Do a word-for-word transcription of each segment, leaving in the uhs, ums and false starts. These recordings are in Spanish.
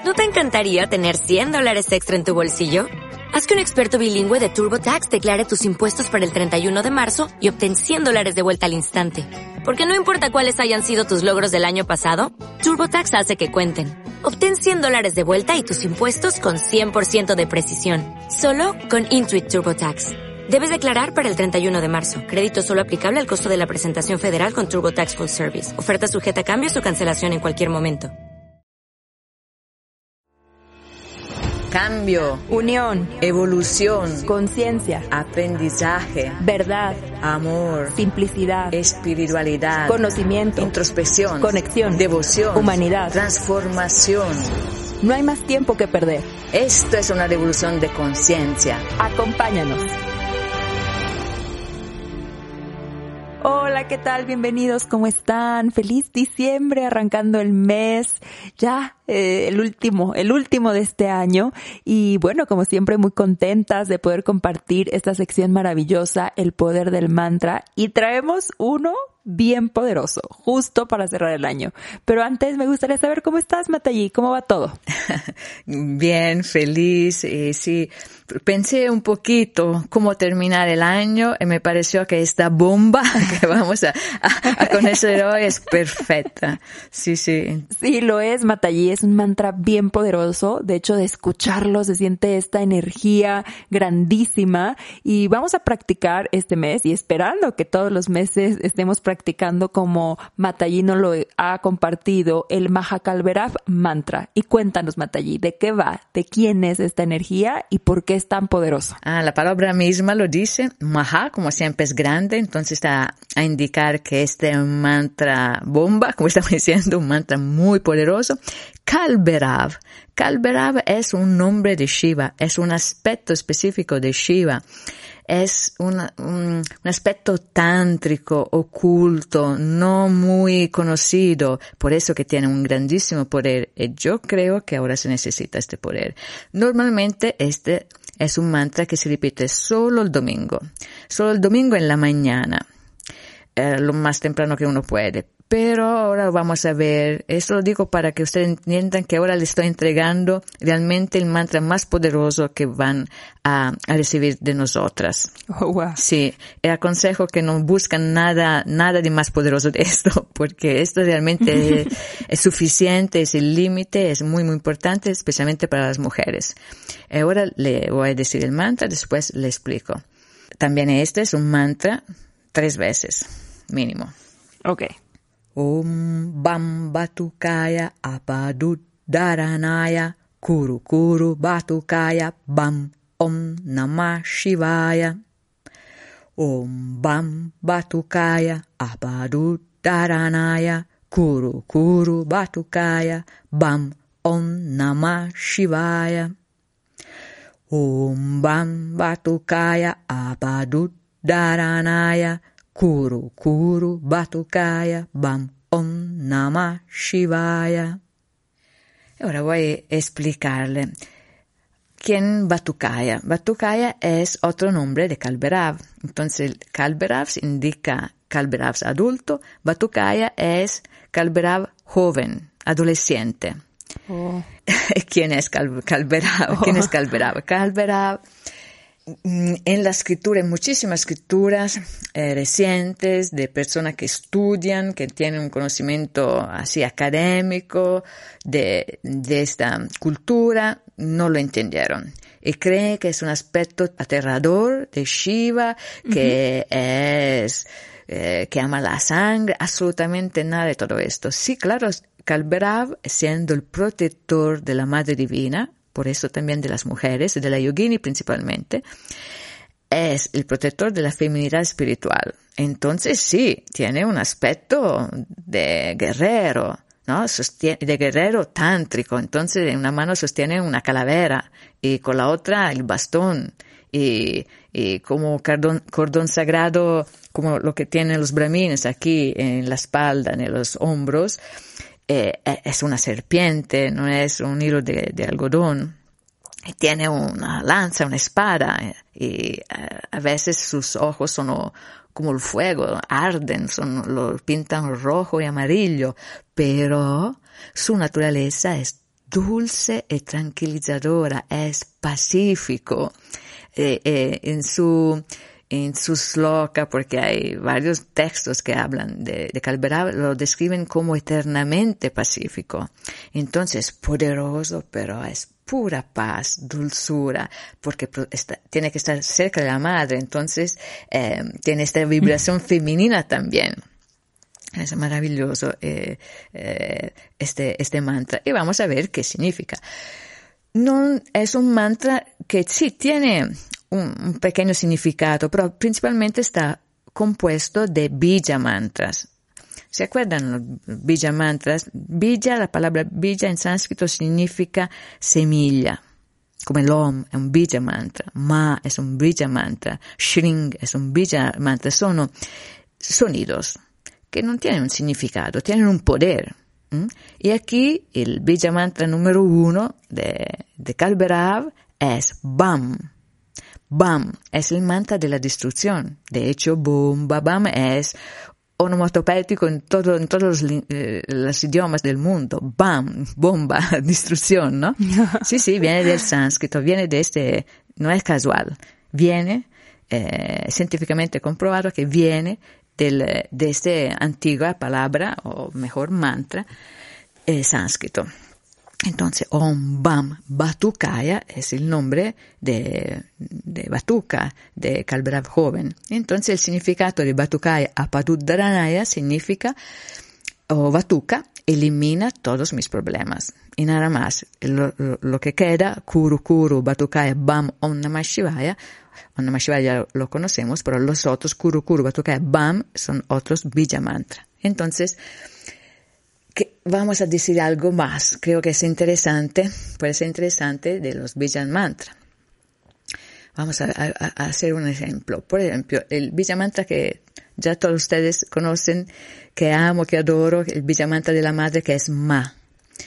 ¿No te encantaría tener cien dólares extra en tu bolsillo? Haz que un experto bilingüe de TurboTax declare tus impuestos para el treinta y uno de marzo y obtén cien dólares de vuelta al instante. Porque no importa cuáles hayan sido tus logros del año pasado, TurboTax hace que cuenten. Obtén cien dólares de vuelta y tus impuestos con cien por ciento de precisión. Solo con Intuit TurboTax. Debes declarar para el treinta y uno de marzo. Crédito solo aplicable al costo de la presentación federal con TurboTax Full Service. Oferta sujeta a cambios o cancelación en cualquier momento. Cambio, unión, evolución, conciencia, aprendizaje, verdad, amor, simplicidad, espiritualidad, conocimiento, introspección, conexión, devoción, humanidad, transformación. No hay más tiempo que perder. Esto es una revolución de conciencia. Acompáñanos. Hola, ¿qué tal? Bienvenidos, ¿cómo están? Feliz diciembre, arrancando el mes, ya eh, el último, el último de este año. Y bueno, como siempre, muy contentas de poder compartir esta sección maravillosa, El Poder del Mantra. Y traemos uno bien poderoso, justo para cerrar el año. Pero antes me gustaría saber cómo estás, Matallí, ¿cómo va todo? Bien, feliz. Y sí, pensé un poquito cómo terminar el año y me pareció que esta bomba que vamos a, a, a conocer hoy es perfecta. Sí, sí. Sí, lo es, Matallí. Es un mantra bien poderoso. De hecho, de escucharlo se siente esta energía grandísima. Y vamos a practicar este mes y esperando que todos los meses estemos practicando practicando como Matallí nos lo ha compartido, el Mahakalberav mantra. Y cuéntanos, Matallí, ¿de qué va? ¿De quién es esta energía y por qué es tan poderoso? Ah, la palabra misma lo dice. Maha, como siempre, es grande, entonces está a indicar que este es un mantra bomba, como estamos diciendo, un mantra muy poderoso. Kalberav. Kalberav es un nombre de Shiva, es un aspecto específico de Shiva. Es una, un, un aspecto tántrico, oculto, no muy conocido, por eso que tiene un grandísimo poder, y yo creo que ahora se necesita este poder. Normalmente este es un mantra que se repite solo el domingo, solo el domingo en la mañana, eh, lo más temprano que uno puede. Pero ahora vamos a ver, esto lo digo para que ustedes entiendan que ahora les estoy entregando realmente el mantra más poderoso que van a, a recibir de nosotras. Oh, wow. Sí, y aconsejo que no buscan nada, nada de más poderoso de esto, porque esto realmente es, es suficiente, es el límite, es muy, muy importante, especialmente para las mujeres. Ahora le voy a decir el mantra, después le explico. También este es un mantra tres veces, mínimo. Okay. Om Bam Batukaya Apaduddaranaya Kuru Kuru Batukaya Bam Om Namah Shivaya. Om Bam Batukaya Apaduddaranaya Kuru Kuru Batukaya Bam Om Namah Shivaya. Om Bam Batukaya Apaduddaranaya Kuru Kuru Batukaya Bam Om Namah Shivaya. Ahora voy a explicarle. ¿Quién Batukaya? Batukaya es otro nombre de Kalberav. Entonces, Kalberav indica Kalberav adulto. Batukaya es Kalberav joven, adolescente. Oh. ¿Quién es Kalberav? ¿Quién es Kalberav? Kalberav, en la escritura, en muchísimas escrituras eh, recientes de personas que estudian, que tienen un conocimiento así académico de, de esta cultura, no lo entendieron. Y creen que es un aspecto aterrador de Shiva, que uh-huh. es, eh, que ama la sangre, absolutamente nada de todo esto. Sí, claro, Kalberav, siendo el protector de la Madre Divina, por eso también de las mujeres, de la yogini principalmente, es el protector de la feminidad espiritual. Entonces sí, tiene un aspecto de guerrero, ¿no? Sostiene, de guerrero tántrico. Entonces en una mano sostiene una calavera y con la otra el bastón y, y como cordón, cordón sagrado, como lo que tienen los brahmines aquí en la espalda, en los hombros. Eh, es una serpiente, no es un hilo de, de algodón. Tiene una lanza, una espada, y uh, a veces sus ojos son como el fuego, arden, son, lo pintan rojo y amarillo, pero su naturaleza es dulce y tranquilizadora, es pacífico. Eh, eh, en su en su sloka, porque hay varios textos que hablan de, de Kalberav, lo describen como eternamente pacífico. Entonces, poderoso, pero es pura paz, dulzura, porque está, tiene que estar cerca de la madre, entonces eh, tiene esta vibración femenina también. Es maravilloso eh, eh, este, este mantra. Y vamos a ver qué significa. No, es un mantra que sí tiene un, un pequeño significado, pero principalmente está compuesto de bija mantras. ¿Se acuerdan los bija mantras? Bija, la palabra bija en sánscrito significa semilla. Come l'Om è un bija mantra, Ma es un bija mantra, Shring es un bija mantra. Sono sonidos que no tienen un significado, tienen un poder. ¿Mm? Y aquí el bija mantra número uno de, de Kalberav es Bam. Bam es el mantra de la destrucción. De hecho, bomba, Bam es onomatopético en, todo, en todos los, eh, los idiomas del mundo. Bam, bomba, destrucción, ¿no? Sí, sí, viene del sánscrito, viene de este, no es casual, viene eh, científicamente comprobado que viene del, de esta antigua palabra, o mejor mantra, eh, sánscrito. Entonces, Om Bam Batukaya es el nombre de, de Batuka, de Kalberav joven. Entonces, el significado de Batukaya Apaduddaranaya significa, o Batuka elimina todos mis problemas. Y nada más, lo, lo, lo que queda, Kuru Kuru Batukaya Bam Om Namah Shivaya, Om Namah Shivaya ya lo conocemos, pero los otros, Kuru Kuru Batukaya Bam, son otros bija mantra. Entonces, que vamos a decir algo más, creo que es interesante, puede ser interesante de los bija mantra. Vamos a, a, a hacer un ejemplo. Por ejemplo, el bija mantra que ya todos ustedes conocen, que amo, que adoro, el bija mantra de la madre, que es Ma.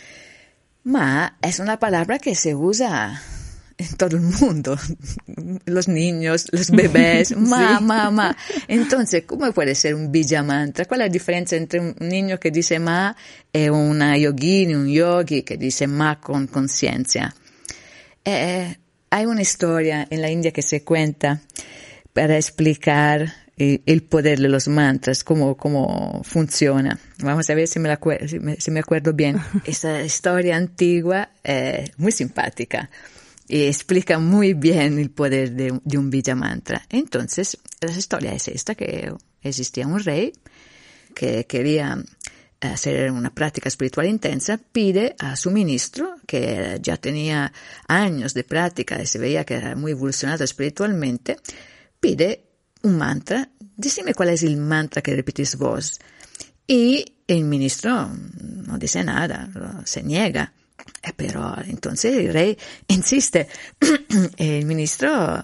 Ma es una palabra que se usa en todo el mundo, los niños, los bebés, ma, sí. ma, ma. Entonces, ¿cómo puede ser un bija mantra? ¿Cuál es la diferencia entre un niño que dice ma y una yogini, un yogi que dice ma con conciencia? Eh, hay una historia en la India que se cuenta para explicar eh, el poder de los mantras, cómo, cómo funciona. Vamos a ver si me, la, si me, si me acuerdo bien. Esta historia antigua, eh, muy simpática. Y explica muy bien el poder de, de un bija mantra. Entonces, la historia es esta, que existía un rey que quería hacer una práctica espiritual intensa, pide a su ministro, que ya tenía años de práctica y se veía que era muy evolucionado espiritualmente, pide un mantra. Decime cuál es el mantra que repetís vos. Y el ministro no dice nada, se niega. Pero entonces el rey insiste, el ministro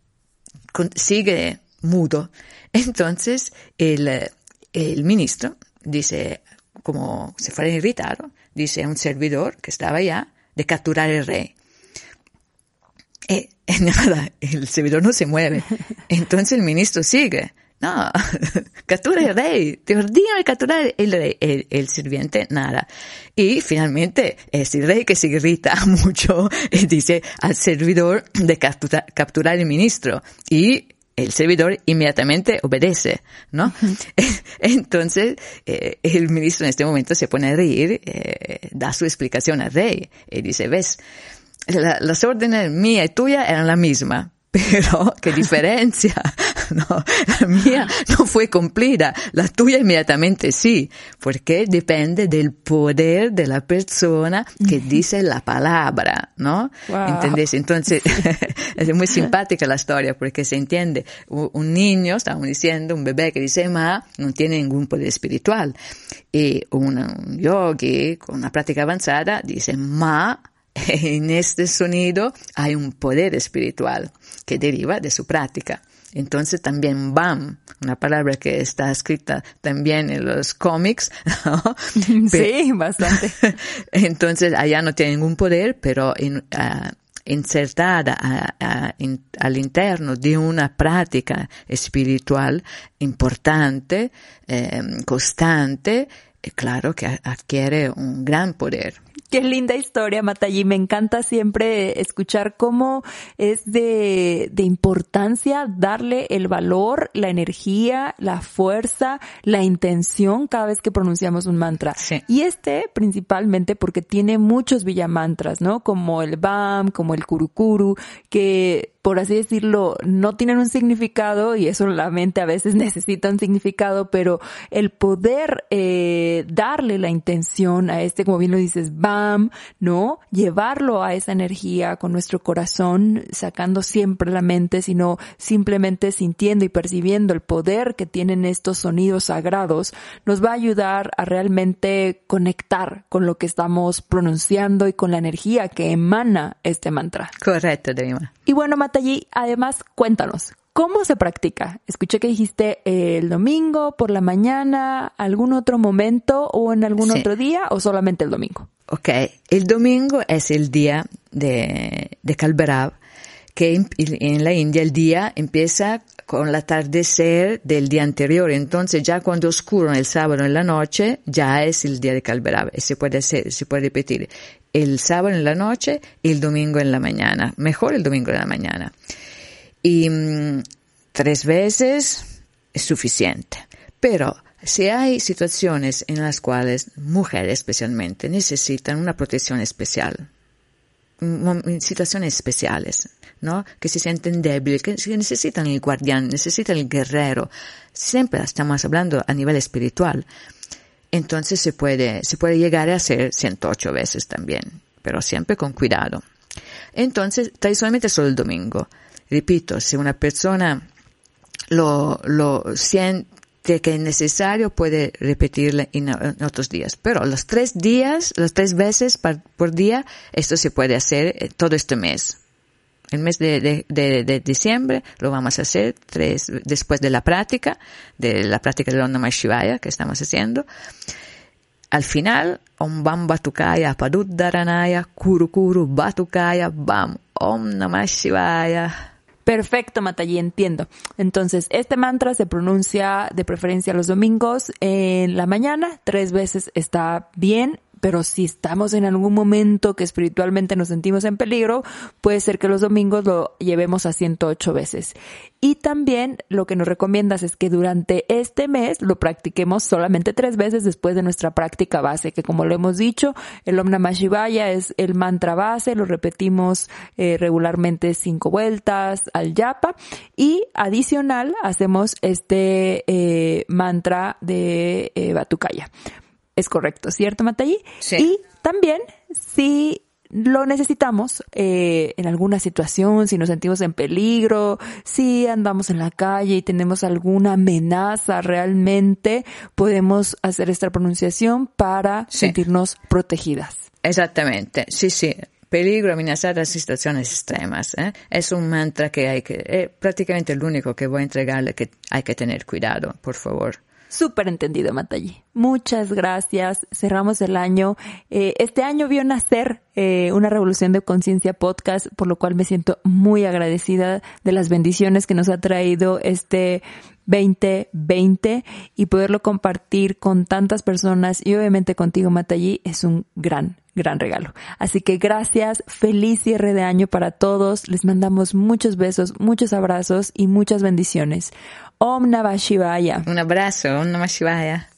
sigue mudo. Entonces el, el ministro dice, como se fuera irritado, dice a un servidor que estaba allá de capturar el rey. Y, y nada, el servidor no se mueve. Entonces el ministro sigue. No, captura el rey, te ordeno de capturar el rey, el, el sirviente, nada. Y finalmente es el rey que se irrita mucho y dice al servidor de captura, capturar el ministro. Y el servidor inmediatamente obedece, ¿no? Uh-huh. Entonces, eh, el ministro en este momento se pone a reír, eh, da su explicación al rey y dice, ves, la, las órdenes mía y tuya eran la misma. Pero, qué diferencia, no, la mía no fue cumplida, la tuya inmediatamente sí, porque depende del poder de la persona que dice la palabra, ¿no? Wow. ¿Entendés? Entonces, es muy simpática la historia porque se entiende, un niño, estamos diciendo, un bebé que dice ma, no tiene ningún poder espiritual, y un, un yogi con una práctica avanzada dice ma, en este sonido hay un poder espiritual que deriva de su práctica. Entonces también Bam, una palabra que está escrita también en los cómics, ¿no? Sí, bastante. Entonces allá no tiene ningún poder, pero in, uh, insertada a, a, in, al interno de una práctica espiritual importante, eh, constante, y claro que adquiere un gran poder. Qué linda historia, Mataji. Me encanta siempre escuchar cómo es de, de importancia darle el valor, la energía, la fuerza, la intención cada vez que pronunciamos un mantra. Sí. Y este principalmente porque tiene muchos villamantras, ¿no? Como el B A M, como el Kurukuru, que por así decirlo, no tienen un significado y eso la mente a veces necesita un significado, pero el poder eh, darle la intención a este, como bien lo dices, B A M, ¿no? Llevarlo a esa energía con nuestro corazón, sacando siempre la mente, sino simplemente sintiendo y percibiendo el poder que tienen estos sonidos sagrados, nos va a ayudar a realmente conectar con lo que estamos pronunciando y con la energía que emana este mantra. Correcto, Dima. Y bueno, Mataji, además, cuéntanos, ¿cómo se practica? Escuché que dijiste eh, el domingo, por la mañana, algún otro momento o en algún Sí. otro día o solamente el domingo. Ok, el domingo es el día de, de Kalberav, que en, en la India el día empieza con el atardecer del día anterior. Entonces ya cuando oscuro el sábado en la noche, ya es el día de Kalberav. Y se puede hacer, se puede repetir el sábado en la noche y el domingo en la mañana. Mejor el domingo en la mañana. Y mmm, tres veces es suficiente. Pero si hay situaciones en las cuales mujeres especialmente necesitan una protección especial, en situaciones especiales, ¿no? Que se sienten débiles, que necesitan el guardián, necesitan el guerrero. Siempre estamos hablando a nivel espiritual. Entonces se puede, se puede llegar a hacer ciento ocho veces también, pero siempre con cuidado. Entonces, tradicionalmente solo el domingo. Repito, si una persona lo, lo siente que es necesario, puede repetirlo en, en otros días. Pero los tres días, las tres veces por, por día, esto se puede hacer todo este mes. El mes de, de, de, de diciembre lo vamos a hacer tres, después de la práctica, de la práctica del Om Namah Shivaya que estamos haciendo. Al final, Om Bam Batukaya Paduddaranaya Kuru Kuru Batukaya Bam Om Namah Shivaya. Perfecto, Mataji, entiendo. Entonces, este mantra se pronuncia de preferencia los domingos en la mañana, tres veces está bien, pero si estamos en algún momento que espiritualmente nos sentimos en peligro, puede ser que los domingos lo llevemos a ciento ocho veces. Y también lo que nos recomiendas es que durante este mes lo practiquemos solamente tres veces después de nuestra práctica base, que como lo hemos dicho, el Om Namah Shivaya es el mantra base, lo repetimos eh, regularmente cinco vueltas al yapa y adicional hacemos este eh, mantra de eh, Batukaya. Es correcto, ¿cierto, Mataji? Sí. Y también, si lo necesitamos eh, en alguna situación, si nos sentimos en peligro, si andamos en la calle y tenemos alguna amenaza realmente, podemos hacer esta pronunciación para Sí. sentirnos protegidas. Exactamente, sí, sí. Peligro, amenazar situaciones extremas. ¿eh? Es un mantra que hay que, eh, prácticamente el único que voy a entregarle, que hay que tener cuidado, por favor. Súper entendido, Mataji. Muchas gracias. Cerramos el año. Eh, este año vio nacer eh, una revolución de conciencia podcast, por lo cual me siento muy agradecida de las bendiciones que nos ha traído este veinte veinte y poderlo compartir con tantas personas y obviamente contigo, Mataji, es un gran, gran regalo. Así que gracias, feliz cierre de año para todos. Les mandamos muchos besos, muchos abrazos y muchas bendiciones. Om Namah Shivaya. Un abrazo, Om Namah Shivaya.